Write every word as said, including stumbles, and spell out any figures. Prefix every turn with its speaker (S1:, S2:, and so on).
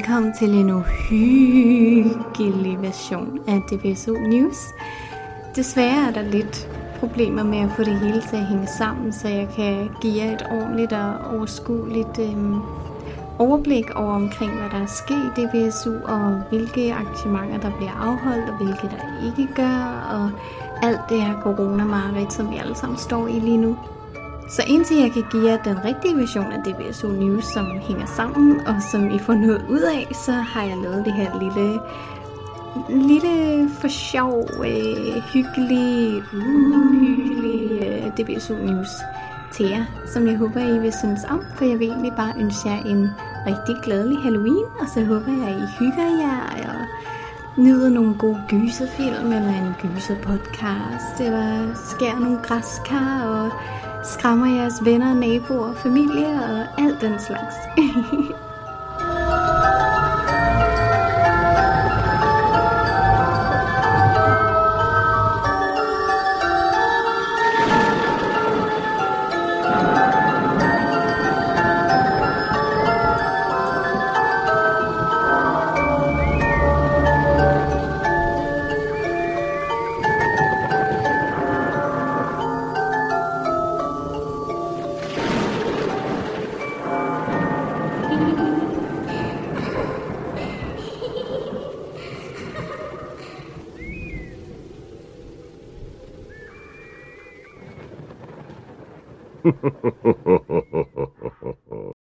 S1: velkommen til en uhyggelig version af D B S O News. Desværre er der lidt problemer med at få det hele til at hænge sammen, så jeg kan give jer et ordentligt og overskueligt øhm, overblik over omkring, hvad der er sket i D B S U, og hvilke arrangementer, der bliver afholdt, og hvilke der ikke gør, og alt det her corona-mareridt, som vi alle sammen står i lige nu. Så indtil jeg kan give jer den rigtige version af D B S O News, som hænger sammen, og som I får noget ud af, så har jeg lavet det her lille, lille for sjov, øh, hyggelig, uhyggelig øh, D B S O News til jer, som jeg håber, I vil synes om, for jeg vil egentlig bare ønske jer en rigtig glædelig Halloween, og så håber jeg, I hygger jer, og nyder nogle gode gyserfilm, eller en gyserpodcast, eller skærer nogle græskar, og skræmmer jeres venner, naboer, familie og alt den slags.